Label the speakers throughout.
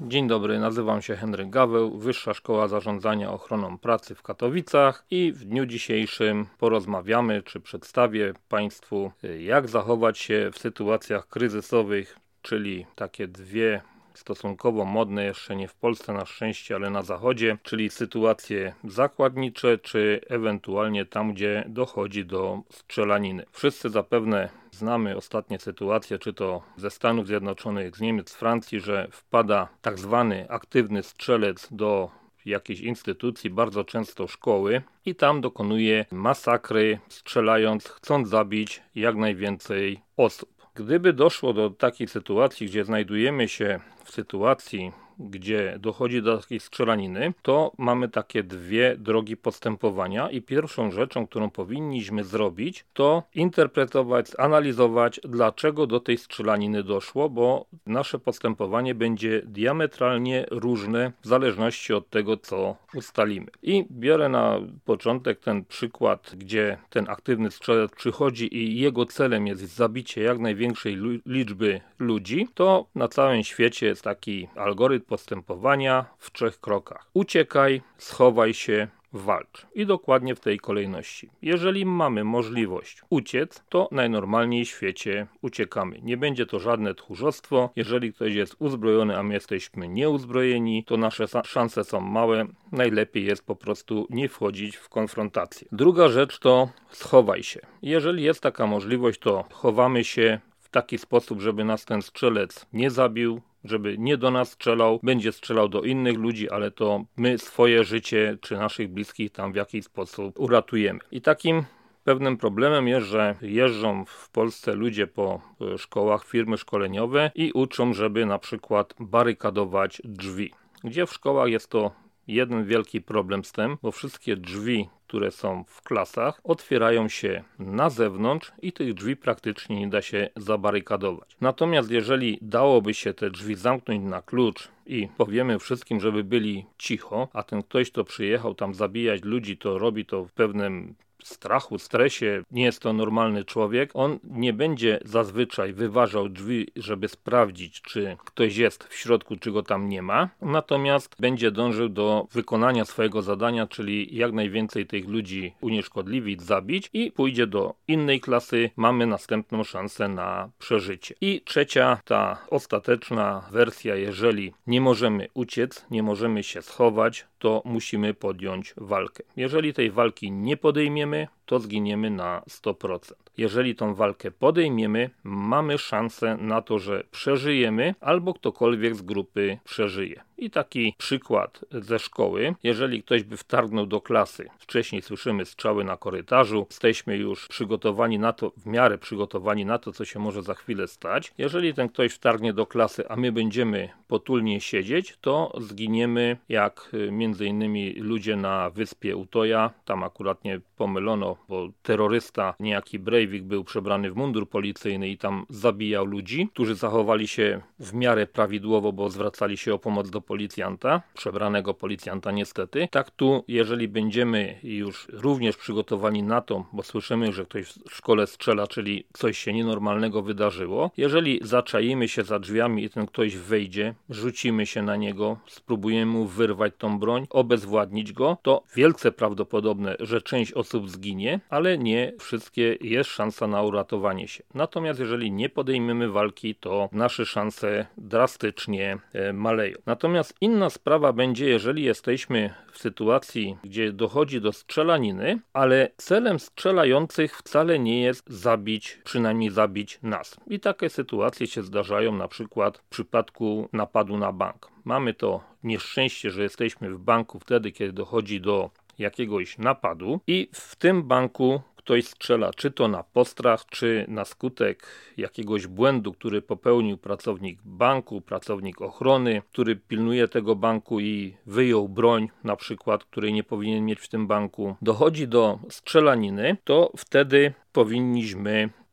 Speaker 1: Dzień dobry, nazywam się Henryk Gaweł, Wyższa Szkoła Zarządzania Ochroną Pracy w Katowicach i w dniu dzisiejszym porozmawiamy, czy przedstawię Państwu, jak zachować się w sytuacjach kryzysowych, czyli takie dwie stosunkowo modne, jeszcze nie w Polsce na szczęście, ale na zachodzie, czyli sytuacje zakładnicze, czy ewentualnie tam, gdzie dochodzi do strzelaniny. Wszyscy zapewne znamy ostatnie sytuacje, czy to ze Stanów Zjednoczonych, z Niemiec, z Francji, że wpada tak zwany aktywny strzelec do jakiejś instytucji, bardzo często szkoły, i tam dokonuje masakry, strzelając, chcąc zabić jak najwięcej osób. Gdyby doszło do takiej sytuacji, gdzie znajdujemy się w sytuacji, gdzie dochodzi do takiej strzelaniny, to mamy takie dwie drogi postępowania i pierwszą rzeczą, którą powinniśmy zrobić, to interpretować, analizować, dlaczego do tej strzelaniny doszło, bo nasze postępowanie będzie diametralnie różne w zależności od tego, co ustalimy. I biorę na początek ten przykład, gdzie ten aktywny strzelec przychodzi i jego celem jest zabicie jak największej liczby ludzi, to na całym świecie jest taki algorytm postępowania w 3 krokach. Uciekaj, schowaj się, walcz. I dokładnie w tej kolejności. Jeżeli mamy możliwość uciec, to najnormalniej w świecie uciekamy. Nie będzie to żadne tchórzostwo. Jeżeli ktoś jest uzbrojony, a my jesteśmy nieuzbrojeni, to nasze szanse są małe. Najlepiej jest po prostu nie wchodzić w konfrontację. Druga rzecz to schowaj się. Jeżeli jest taka możliwość, to chowamy się w taki sposób, żeby nas ten strzelec nie zabił, żeby nie do nas strzelał, będzie strzelał do innych ludzi, ale to my swoje życie czy naszych bliskich tam w jakiś sposób uratujemy. I takim pewnym problemem jest, że jeżdżą w Polsce ludzie po szkołach, firmy szkoleniowe i uczą, żeby na przykład barykadować drzwi. Gdzie w szkołach jest to jeden wielki problem z tym, bo wszystkie drzwi, które są w klasach, otwierają się na zewnątrz i tych drzwi praktycznie nie da się zabarykadować. Natomiast jeżeli dałoby się te drzwi zamknąć na klucz i powiemy wszystkim, żeby byli cicho, a ten ktoś, kto przyjechał tam zabijać ludzi, to robi to w pewnym strachu, stresie, nie jest to normalny człowiek, on nie będzie zazwyczaj wyważał drzwi, żeby sprawdzić, czy ktoś jest w środku, czy go tam nie ma, natomiast będzie dążył do wykonania swojego zadania, czyli jak najwięcej tych ludzi unieszkodliwić, zabić i pójdzie do innej klasy, mamy następną szansę na przeżycie. I trzecia, ta ostateczna wersja, jeżeli nie możemy uciec, nie możemy się schować, to musimy podjąć walkę. Jeżeli tej walki nie podejmiemy, to zginiemy na 100%. Jeżeli tą walkę podejmiemy, mamy szansę na to, że przeżyjemy albo ktokolwiek z grupy przeżyje. I taki przykład ze szkoły. Jeżeli ktoś by wtargnął do klasy, wcześniej słyszymy strzały na korytarzu, jesteśmy już przygotowani na to, w miarę przygotowani na to, co się może za chwilę stać. Jeżeli ten ktoś wtargnie do klasy, a my będziemy potulnie siedzieć, to zginiemy jak między innymi ludzie na wyspie Utoja. Tam akurat nie pomylono, bo terrorysta, niejaki Breivik, był przebrany w mundur policyjny i tam zabijał ludzi, którzy zachowali się w miarę prawidłowo, bo zwracali się o pomoc do policjanta, przebranego policjanta niestety. Tak tu, jeżeli będziemy już również przygotowani na to, bo słyszymy, że ktoś w szkole strzela, czyli coś się nienormalnego wydarzyło, jeżeli zaczaimy się za drzwiami i ten ktoś wejdzie, rzucimy się na niego, spróbujemy mu wyrwać tą broń, obezwładnić go, to wielce prawdopodobne, że część osób zginie, ale nie wszystkie, jest szansa na uratowanie się. Natomiast jeżeli nie podejmiemy walki, to nasze szanse drastycznie maleją. Natomiast inna sprawa będzie, jeżeli jesteśmy w sytuacji, gdzie dochodzi do strzelaniny, ale celem strzelających wcale nie jest zabić, przynajmniej zabić nas. I takie sytuacje się zdarzają na przykład w przypadku napadu na bank. Mamy to nieszczęście, że jesteśmy w banku wtedy, kiedy dochodzi do jakiegoś napadu i w tym banku ktoś strzela, czy to na postrach, czy na skutek jakiegoś błędu, który popełnił pracownik banku, pracownik ochrony, który pilnuje tego banku i wyjął broń, na przykład, której nie powinien mieć w tym banku. Dochodzi do strzelaniny, to wtedy powinniśmy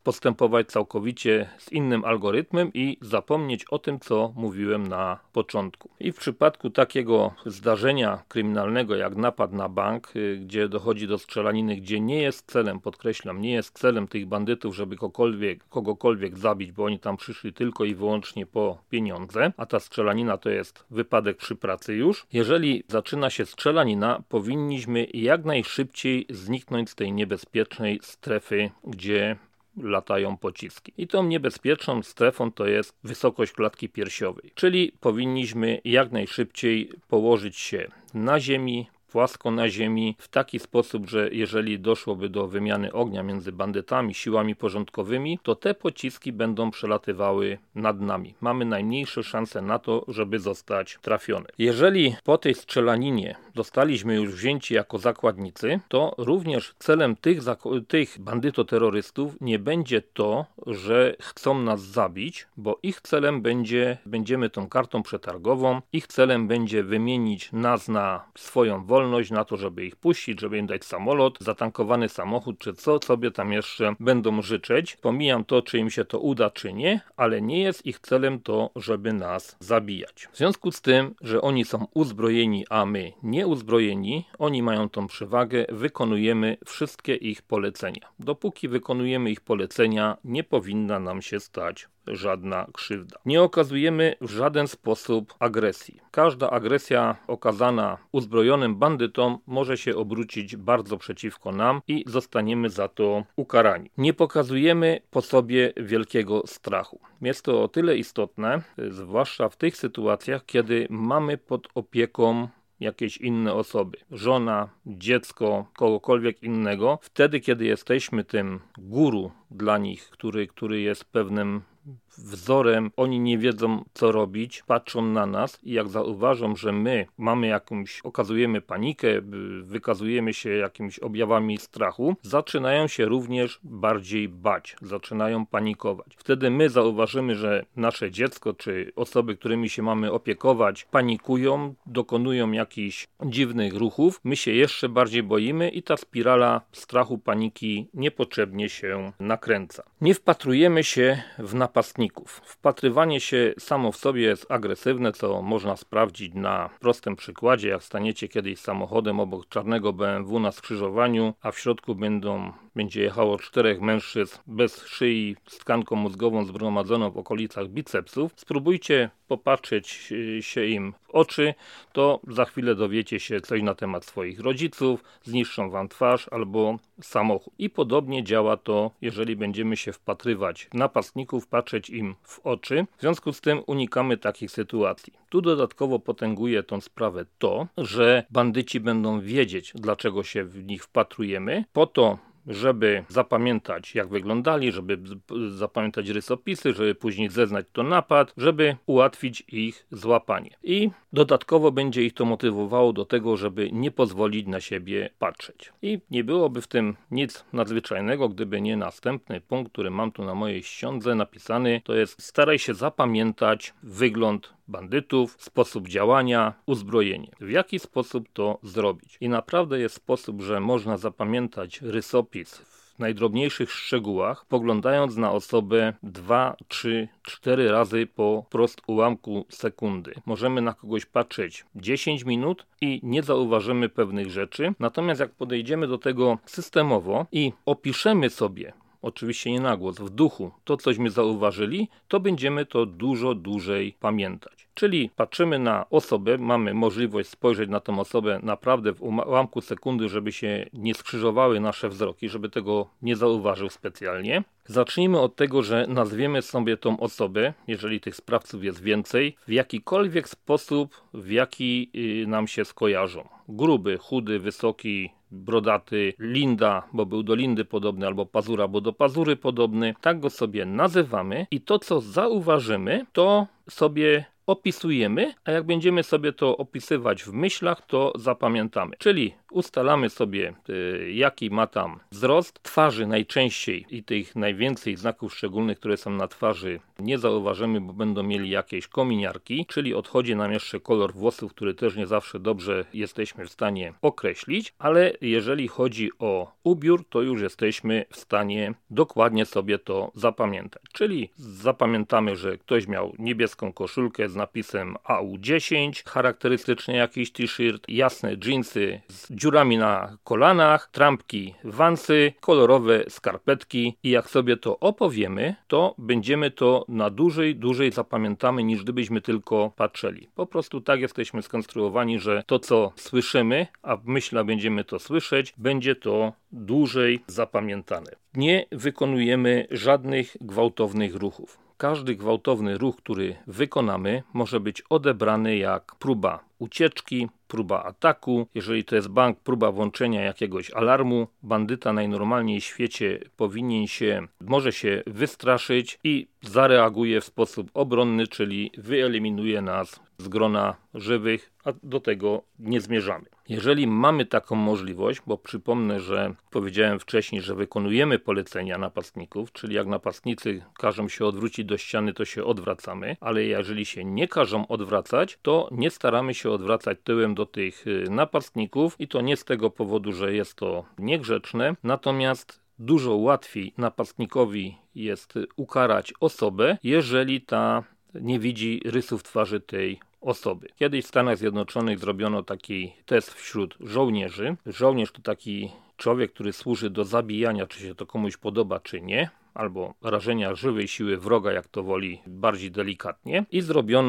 Speaker 1: postępować całkowicie z innym algorytmem i zapomnieć o tym, co mówiłem na początku. I w przypadku takiego zdarzenia kryminalnego jak napad na bank, gdzie dochodzi do strzelaniny, gdzie nie jest celem, podkreślam, nie jest celem tych bandytów, żeby kogokolwiek zabić, bo oni tam przyszli tylko i wyłącznie po pieniądze, a ta strzelanina to jest wypadek przy pracy już. Jeżeli zaczyna się strzelanina, powinniśmy jak najszybciej zniknąć z tej niebezpiecznej strefy, gdzie latają pociski. I tą niebezpieczną strefą to jest wysokość klatki piersiowej, czyli powinniśmy jak najszybciej położyć się na ziemi, płasko na ziemi, w taki sposób, że jeżeli doszłoby do wymiany ognia między bandytami, siłami porządkowymi, to te pociski będą przelatywały nad nami. Mamy najmniejsze szanse na to, żeby zostać trafione. Jeżeli po tej strzelaninie zostaliśmy już wzięci jako zakładnicy, to również celem tych bandytoterrorystów nie będzie to, że chcą nas zabić, bo ich celem będziemy tą kartą przetargową, ich celem będzie wymienić nas na swoją wolność, na to, żeby ich puścić, żeby im dać samolot, zatankowany samochód, czy co sobie tam jeszcze będą życzyć. Pomijam to, czy im się to uda, czy nie, ale nie jest ich celem to, żeby nas zabijać. W związku z tym, że oni są uzbrojeni, a my nieuzbrojeni, oni mają tą przewagę, wykonujemy wszystkie ich polecenia. Dopóki wykonujemy ich polecenia, nie powinna nam się stać żadna krzywda. Nie okazujemy w żaden sposób agresji. Każda agresja okazana uzbrojonym bandytom może się obrócić bardzo przeciwko nam i zostaniemy za to ukarani. Nie pokazujemy po sobie wielkiego strachu. Jest to o tyle istotne, zwłaszcza w tych sytuacjach, kiedy mamy pod opieką jakieś inne osoby, żona, dziecko, kogokolwiek innego. Wtedy, kiedy jesteśmy tym guru dla nich, który jest pewnym wzorem, oni nie wiedzą, co robić, patrzą na nas i jak zauważą, że my okazujemy panikę, wykazujemy się jakimiś objawami strachu, zaczynają się również bardziej bać, zaczynają panikować. Wtedy my zauważymy, że nasze dziecko czy osoby, którymi się mamy opiekować, panikują, dokonują jakichś dziwnych ruchów, my się jeszcze bardziej boimy i ta spirala strachu, paniki niepotrzebnie się nakręca. Nie wpatrujemy się w napastników. Wpatrywanie się samo w sobie jest agresywne, co można sprawdzić na prostym przykładzie. Jak staniecie kiedyś samochodem obok czarnego BMW na skrzyżowaniu, a w środku będzie jechało 4 mężczyzn bez szyi, z tkanką mózgową zgromadzoną w okolicach bicepsów, spróbujcie popatrzeć się im w oczy, to za chwilę dowiecie się coś na temat swoich rodziców, zniszczą wam twarz albo samochód. I podobnie działa to, jeżeli będziemy się wpatrywać w napastników, patrzeć im w oczy. W związku z tym unikamy takich sytuacji. Tu dodatkowo potęguje tą sprawę to, że bandyci będą wiedzieć, dlaczego się w nich wpatrujemy, po to, żeby zapamiętać, jak wyglądali, żeby zapamiętać rysopisy, żeby później zeznać to napad, żeby ułatwić ich złapanie. I dodatkowo będzie ich to motywowało do tego, żeby nie pozwolić na siebie patrzeć. I nie byłoby w tym nic nadzwyczajnego, gdyby nie następny punkt, który mam tu na mojej ściądze napisany, to jest: staraj się zapamiętać wygląd bandytów, sposób działania, uzbrojenie. W jaki sposób to zrobić? I naprawdę jest sposób, że można zapamiętać rysopis w najdrobniejszych szczegółach, spoglądając na osobę 2, 3, 4 razy po prostu ułamku sekundy. Możemy na kogoś patrzeć 10 minut i nie zauważymy pewnych rzeczy, natomiast jak podejdziemy do tego systemowo i opiszemy sobie, oczywiście nie na głos, w duchu, to cośmy zauważyli, to będziemy to dużo dłużej pamiętać. Czyli patrzymy na osobę, mamy możliwość spojrzeć na tą osobę naprawdę w ułamku sekundy, żeby się nie skrzyżowały nasze wzroki, żeby tego nie zauważył specjalnie. Zacznijmy od tego, że nazwiemy sobie tą osobę, jeżeli tych sprawców jest więcej, w jakikolwiek sposób, w jaki nam się skojarzą. Gruby, chudy, wysoki, brodaty, Linda, bo był do Lindy podobny, albo Pazura, bo do Pazury podobny. Tak go sobie nazywamy i to, co zauważymy, to sobie opisujemy, a jak będziemy sobie to opisywać w myślach, to zapamiętamy. Czyli ustalamy sobie, jaki ma tam wzrost twarzy najczęściej i tych najwięcej znaków szczególnych, które są na twarzy, nie zauważymy, bo będą mieli jakieś kominiarki, czyli odchodzi nam jeszcze kolor włosów, który też nie zawsze dobrze jesteśmy w stanie określić, ale jeżeli chodzi o ubiór, to już jesteśmy w stanie dokładnie sobie to zapamiętać. Czyli zapamiętamy, że ktoś miał niebieską koszulkę z napisem AU10, charakterystyczny jakiś t-shirt, jasne dżinsy z dziurami na kolanach, trampki, wansy, kolorowe skarpetki i jak sobie to opowiemy, to będziemy to na dłużej zapamiętamy, niż gdybyśmy tylko patrzyli. Po prostu tak jesteśmy skonstruowani, że to co słyszymy, a w myślach będziemy to słyszeć, będzie to dłużej zapamiętane. Nie wykonujemy żadnych gwałtownych ruchów. Każdy gwałtowny ruch, który wykonamy, może być odebrany jak próba ucieczki, próba ataku. Jeżeli to jest bank, próba włączenia jakiegoś alarmu. Bandyta najnormalniej w świecie może się wystraszyć i zareaguje w sposób obronny, czyli wyeliminuje nas z grona żywych, a do tego nie zmierzamy. Jeżeli mamy taką możliwość, bo przypomnę, że powiedziałem wcześniej, że wykonujemy polecenia napastników, czyli jak napastnicy każą się odwrócić do ściany, to się odwracamy, ale jeżeli się nie każą odwracać, to nie staramy się odwracać tyłem do tych napastników i to nie z tego powodu, że jest to niegrzeczne, natomiast dużo łatwiej napastnikowi jest ukarać osobę, jeżeli ta nie widzi rysów twarzy tej osoby. Kiedyś w Stanach Zjednoczonych zrobiono taki test wśród żołnierzy. Żołnierz to taki człowiek, który służy do zabijania, czy się to komuś podoba, czy nie, albo rażenia żywej siły wroga, jak to woli, bardziej delikatnie. I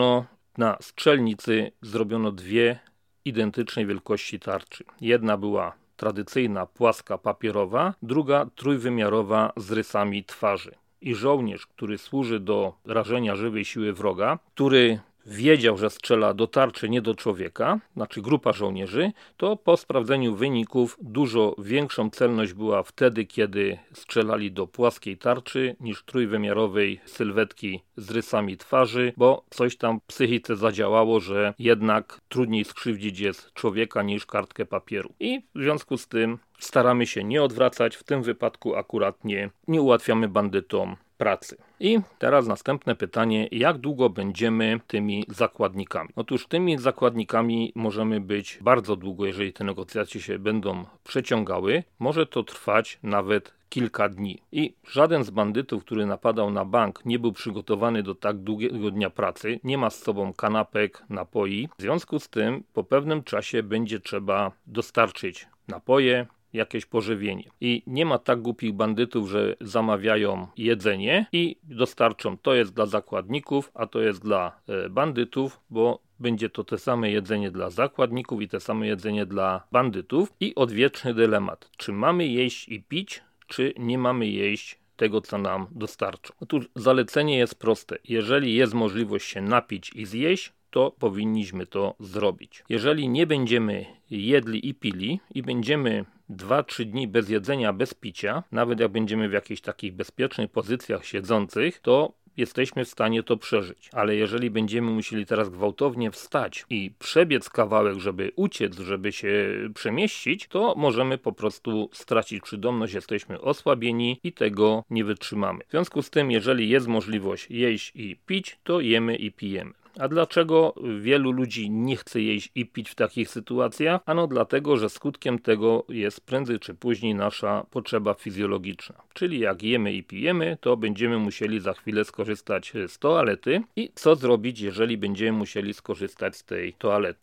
Speaker 1: na strzelnicy dwie identycznej wielkości tarczy. Jedna była tradycyjna, płaska, papierowa, druga trójwymiarowa z rysami twarzy. I żołnierz, który służy do rażenia żywej siły wroga, który wiedział, że strzela do tarczy, nie do człowieka, znaczy grupa żołnierzy, to po sprawdzeniu wyników dużo większą celność była wtedy, kiedy strzelali do płaskiej tarczy niż trójwymiarowej sylwetki z rysami twarzy, bo coś tam w psychice zadziałało, że jednak trudniej skrzywdzić jest człowieka niż kartkę papieru. I w związku z tym staramy się nie odwracać, w tym wypadku akurat nie ułatwiamy bandytom pracy. I teraz następne pytanie, jak długo będziemy tymi zakładnikami? Otóż tymi zakładnikami możemy być bardzo długo, jeżeli te negocjacje się będą przeciągały. Może to trwać nawet kilka dni. I żaden z bandytów, który napadał na bank, nie był przygotowany do tak długiego dnia pracy, nie ma z sobą kanapek, napoi. W związku z tym po pewnym czasie będzie trzeba dostarczyć napoje, jakieś pożywienie. I nie ma tak głupich bandytów, że zamawiają jedzenie i dostarczą, to jest dla zakładników, a to jest dla bandytów, bo będzie to te same jedzenie dla zakładników i te same jedzenie dla bandytów. I odwieczny dylemat, czy mamy jeść i pić, czy nie mamy jeść tego, co nam dostarczą. Otóż zalecenie jest proste. Jeżeli jest możliwość się napić i zjeść, to powinniśmy to zrobić. Jeżeli nie będziemy jedli i pili i będziemy 2-3 dni bez jedzenia, bez picia, nawet jak będziemy w jakichś takich bezpiecznych pozycjach siedzących, to jesteśmy w stanie to przeżyć. Ale jeżeli będziemy musieli teraz gwałtownie wstać i przebiec kawałek, żeby uciec, żeby się przemieścić, to możemy po prostu stracić przytomność, jesteśmy osłabieni i tego nie wytrzymamy. W związku z tym, jeżeli jest możliwość jeść i pić, to jemy i pijemy. A dlaczego wielu ludzi nie chce jeść i pić w takich sytuacjach? Ano dlatego, że skutkiem tego jest prędzej czy później nasza potrzeba fizjologiczna. Czyli jak jemy i pijemy, to będziemy musieli za chwilę skorzystać z toalety. I co zrobić, jeżeli będziemy musieli skorzystać z tej toalety?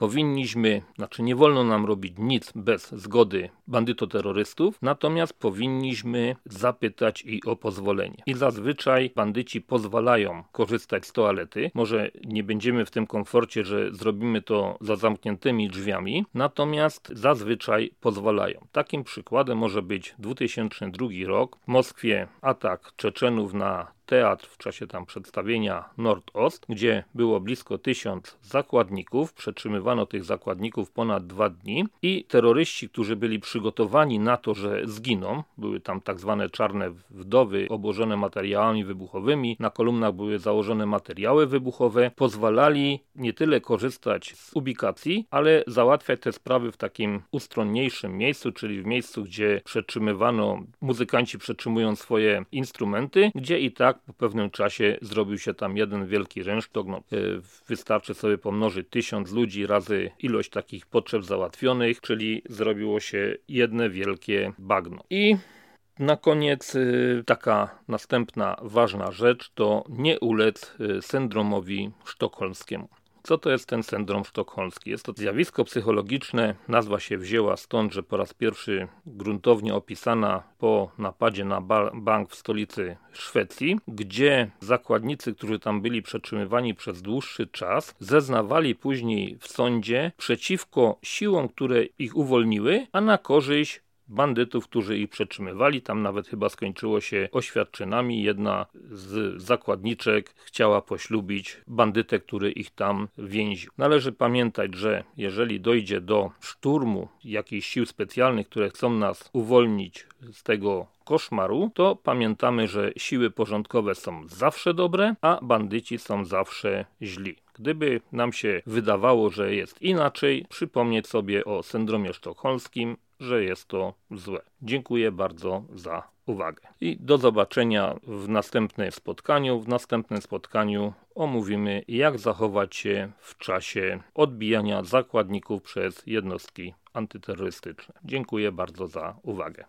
Speaker 1: Nie wolno nam robić nic bez zgody bandytoterrorystów, natomiast powinniśmy zapytać i o pozwolenie. I zazwyczaj bandyci pozwalają korzystać z toalety. Może nie będziemy w tym komforcie, że zrobimy to za zamkniętymi drzwiami, natomiast zazwyczaj pozwalają. Takim przykładem może być 2002 rok. W Moskwie atak Czeczenów na teatr w czasie tam przedstawienia Nordost, gdzie było blisko 1000 zakładników. Przetrzymywano tych zakładników ponad 2 dni i terroryści, którzy byli przygotowani na to, że zginą, były tam tak zwane czarne wdowy obłożone materiałami wybuchowymi, na kolumnach były założone materiały wybuchowe, pozwalali nie tyle korzystać z ubikacji, ale załatwiać te sprawy w takim ustronniejszym miejscu, czyli w miejscu, gdzie muzykanci przetrzymują swoje instrumenty, gdzie i tak po pewnym czasie zrobił się tam jeden wielki rynsztok. Wystarczy sobie pomnożyć 1000 ludzi razy ilość takich potrzeb załatwionych, czyli zrobiło się jedno wielkie bagno. I na koniec taka następna ważna rzecz to nie ulec syndromowi sztokholmskiemu. Co to jest ten syndrom sztokholmski? Jest to zjawisko psychologiczne, nazwa się wzięła stąd, że po raz pierwszy gruntownie opisana po napadzie na bank w stolicy Szwecji, gdzie zakładnicy, którzy tam byli przetrzymywani przez dłuższy czas, zeznawali później w sądzie przeciwko siłom, które ich uwolniły, a na korzyść bandytów, którzy ich przetrzymywali. Tam nawet chyba skończyło się oświadczynami. Jedna z zakładniczek chciała poślubić bandytę, który ich tam więził. Należy pamiętać, że jeżeli dojdzie do szturmu jakichś sił specjalnych, które chcą nas uwolnić z tego koszmaru, to pamiętamy, że siły porządkowe są zawsze dobre, a bandyci są zawsze źli. Gdyby nam się wydawało, że jest inaczej, przypomnieć sobie o syndromie sztokholmskim, że jest to złe. Dziękuję bardzo za uwagę. I do zobaczenia w następnym spotkaniu. W następnym spotkaniu omówimy, jak zachować się w czasie odbijania zakładników przez jednostki antyterrorystyczne. Dziękuję bardzo za uwagę.